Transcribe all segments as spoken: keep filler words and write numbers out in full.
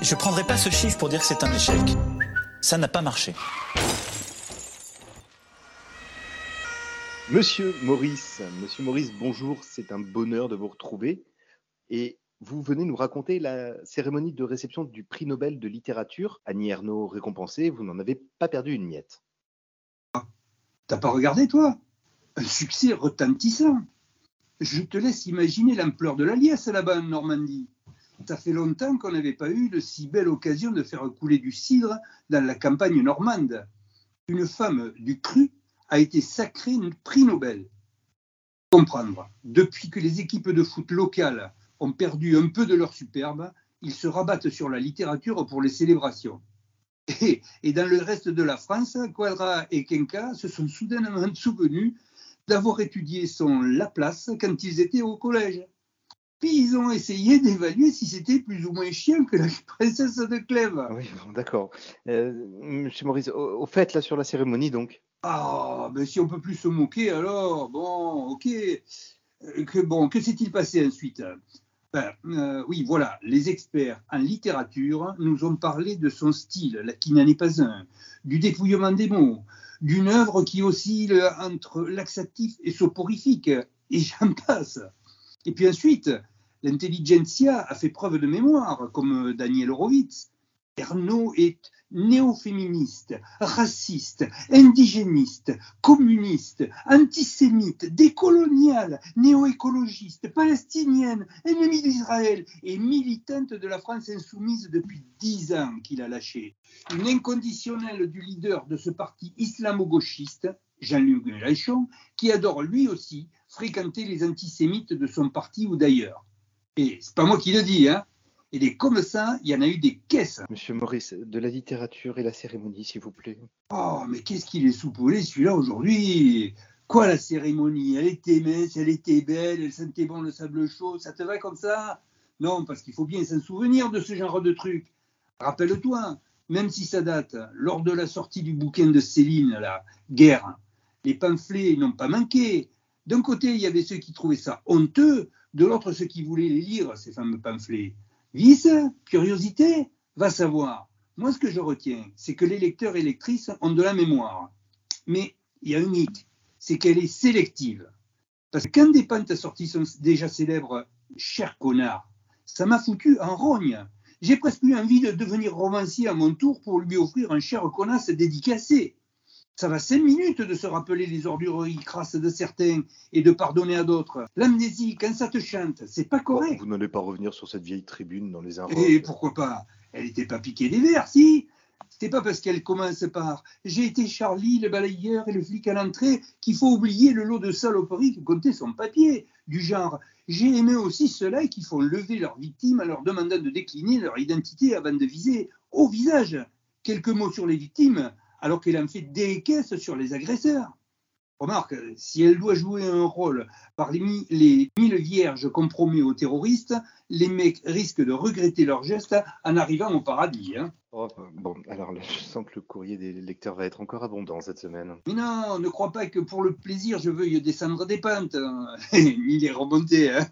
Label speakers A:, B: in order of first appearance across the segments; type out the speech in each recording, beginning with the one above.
A: Je prendrai pas ce chiffre pour dire que c'est un échec. Ça n'a pas marché.
B: Monsieur Maurice, Monsieur Maurice, bonjour, c'est un bonheur de vous retrouver. Et vous venez nous raconter la cérémonie de réception du prix Nobel de littérature. Annie Ernaux récompensée, vous n'en avez pas perdu une miette.
C: T'as pas regardé, toi? Un succès retentissant. Je te laisse imaginer l'ampleur de la liesse là-bas en Normandie. Ça fait longtemps qu'on n'avait pas eu de si belle occasion de faire couler du cidre dans la campagne normande. Une femme du cru a été sacrée prix Nobel. Comprendre, depuis que les équipes de foot locales ont perdu un peu de leur superbe, ils se rabattent sur la littérature pour les célébrations. Et, et dans le reste de la France, Quadra et Kenka se sont soudainement souvenus d'avoir étudié son Laplace quand ils étaient au collège. Puis ils ont essayé d'évaluer si c'était plus ou moins chiant que la princesse de Clèves.
B: Oui, bon, d'accord. Euh, Monsieur Maurice, au, au fait, là, sur la cérémonie, donc.
C: Ah, ben si on peut plus se moquer, alors, bon, ok. Que, bon, que s'est-il passé ensuite? Ben, euh, oui, voilà, les experts en littérature nous ont parlé de son style, là, qui n'en est pas un, du dépouillement des mots, d'une œuvre qui oscille entre laxatif et soporifique, et j'en passe. Et puis ensuite, l'intelligentsia a fait preuve de mémoire, comme Daniel Horowitz. Ernaux est néo-féministe, raciste, indigéniste, communiste, antisémite, décoloniale, néo-écologiste, palestinienne, ennemie d'Israël et militante de la France insoumise depuis dix ans qu'il a lâché. Une inconditionnelle du leader de ce parti islamo-gauchiste, Jean-Luc Mélenchon, qui adore lui aussi fréquenter les antisémites de son parti ou d'ailleurs. Et c'est pas moi qui le dis, hein. Et des comme ça, il y en a eu des caisses.
B: Monsieur Maurice, de la littérature et la cérémonie, s'il vous plaît.
C: Oh, mais qu'est-ce qu'il est soupoulé celui-là aujourd'hui? Quoi, la cérémonie? Elle était mince, elle était belle, elle sentait bon le sable chaud, ça te va comme ça? Non, parce qu'il faut bien s'en souvenir de ce genre de truc. Rappelle-toi, même si ça date, lors de la sortie du bouquin de Céline, la Guerre, les pamphlets n'ont pas manqué. D'un côté, il y avait ceux qui trouvaient ça honteux, de l'autre, ceux qui voulaient les lire, ces fameux pamphlets. Vice, curiosité, va savoir. Moi, ce que je retiens, c'est que les lecteurs et lectrices ont de la mémoire. Mais il y a un hic, c'est qu'elle est sélective. Parce que quand Despentes a sorti son déjà célèbre « Cher connard », ça m'a foutu en rogne. J'ai presque eu envie de devenir romancier à mon tour pour lui offrir un cher connasse dédicacé. Ça va cinq minutes de se rappeler les ordureries crasses de certains et de pardonner à d'autres. L'amnésie, quand ça te chante, c'est pas correct.
B: Bon, vous n'allez pas revenir sur cette vieille tribune dans les inroges.
C: Et pourquoi pas? Elle n'était pas piquée des vers, si? C'était pas parce qu'elle commence par « J'ai été Charlie, le balayeur et le flic à l'entrée » qu'il faut oublier le lot de saloperies qui comptait son papier. Du genre « J'ai aimé aussi ceux-là qui font lever leurs victimes en leur demandant de décliner leur identité avant de viser au visage. » Quelques mots sur les victimes, alors qu'elle en fait des caisses sur les agresseurs. Remarque, si elle doit jouer un rôle parmi les mille vierges compromis aux terroristes, les mecs risquent de regretter leur geste en arrivant au paradis. Hein.
B: Oh, bon, alors là, je sens que le courrier des lecteurs va être encore abondant cette semaine.
C: Mais non, ne crois pas que pour le plaisir, je veuille descendre des pentes, ni les remonter. Hein.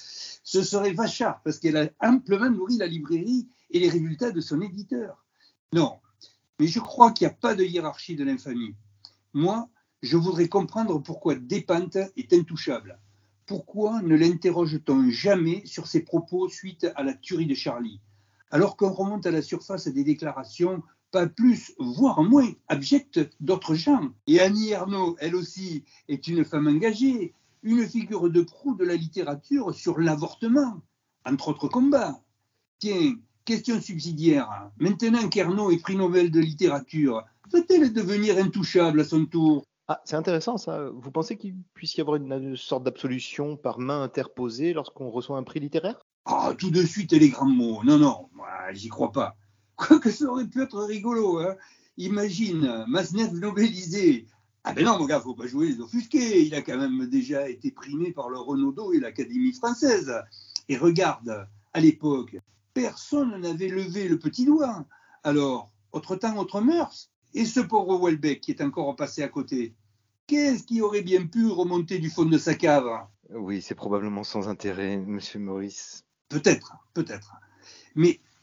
C: Ce serait vachard, parce qu'elle a amplement nourri la librairie et les résultats de son éditeur. Non, mais je crois qu'il n'y a pas de hiérarchie de l'infamie. Moi, je voudrais comprendre pourquoi Despentes est intouchable. Pourquoi ne l'interroge-t-on jamais sur ses propos suite à la tuerie de Charlie, alors qu'on remonte à la surface des déclarations pas plus, voire moins abjectes d'autres gens. Et Annie Ernaux, elle aussi, est une femme engagée, une figure de proue de la littérature sur l'avortement, entre autres combats. Tiens, question subsidiaire. Maintenant qu'Ernaux est prix Nobel de littérature, peut-elle devenir intouchable à son tour?
B: Ah, c'est intéressant ça. Vous pensez qu'il puisse y avoir une, une sorte d'absolution par main interposée lorsqu'on reçoit un prix littéraire?
C: Ah, tout de suite, les grands mots. Non, non, moi, j'y crois pas. Quoique ça aurait pu être rigolo, hein. Imagine, Masnev nobelisé. Ah ben non, mon gars, faut pas jouer les offusqués. Il a quand même déjà été primé par le Renaudot et l'Académie française. Et regarde, à l'époque, personne n'avait levé le petit doigt. Alors, autre temps, autre mœurs. Et ce pauvre Houellebecq qui est encore passé à côté, qu'est-ce qui aurait bien pu remonter du fond de sa cave?
B: Oui, c'est probablement sans intérêt, monsieur Maurice.
C: Peut-être, peut-être. Mais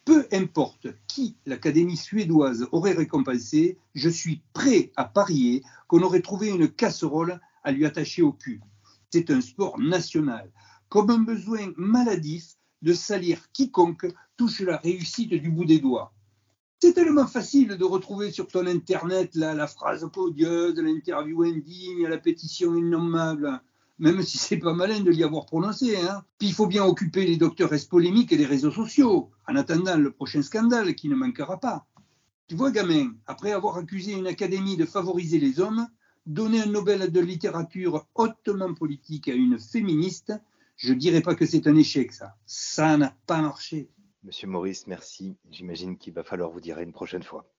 C: Peu importe qui l'Académie suédoise aurait récompensé, je suis prêt à parier qu'on aurait trouvé une casserole à lui attacher au cul. C'est un sport national, comme un besoin maladif de salir quiconque touche la réussite du bout des doigts. C'est tellement facile de retrouver sur ton internet la, la phrase odieuse, l'interview indigne, la pétition innommable, même si c'est pas malin de l'y avoir prononcé. Hein. Puis il faut bien occuper les docteurs polémiques et les réseaux sociaux, en attendant le prochain scandale qui ne manquera pas. Tu vois, gamin, après avoir accusé une académie de favoriser les hommes, donner un Nobel de littérature hautement politique à une féministe, je dirais pas que c'est un échec, ça. Ça n'a pas marché.
B: Monsieur Maurice, merci. J'imagine qu'il va falloir vous dire une prochaine fois.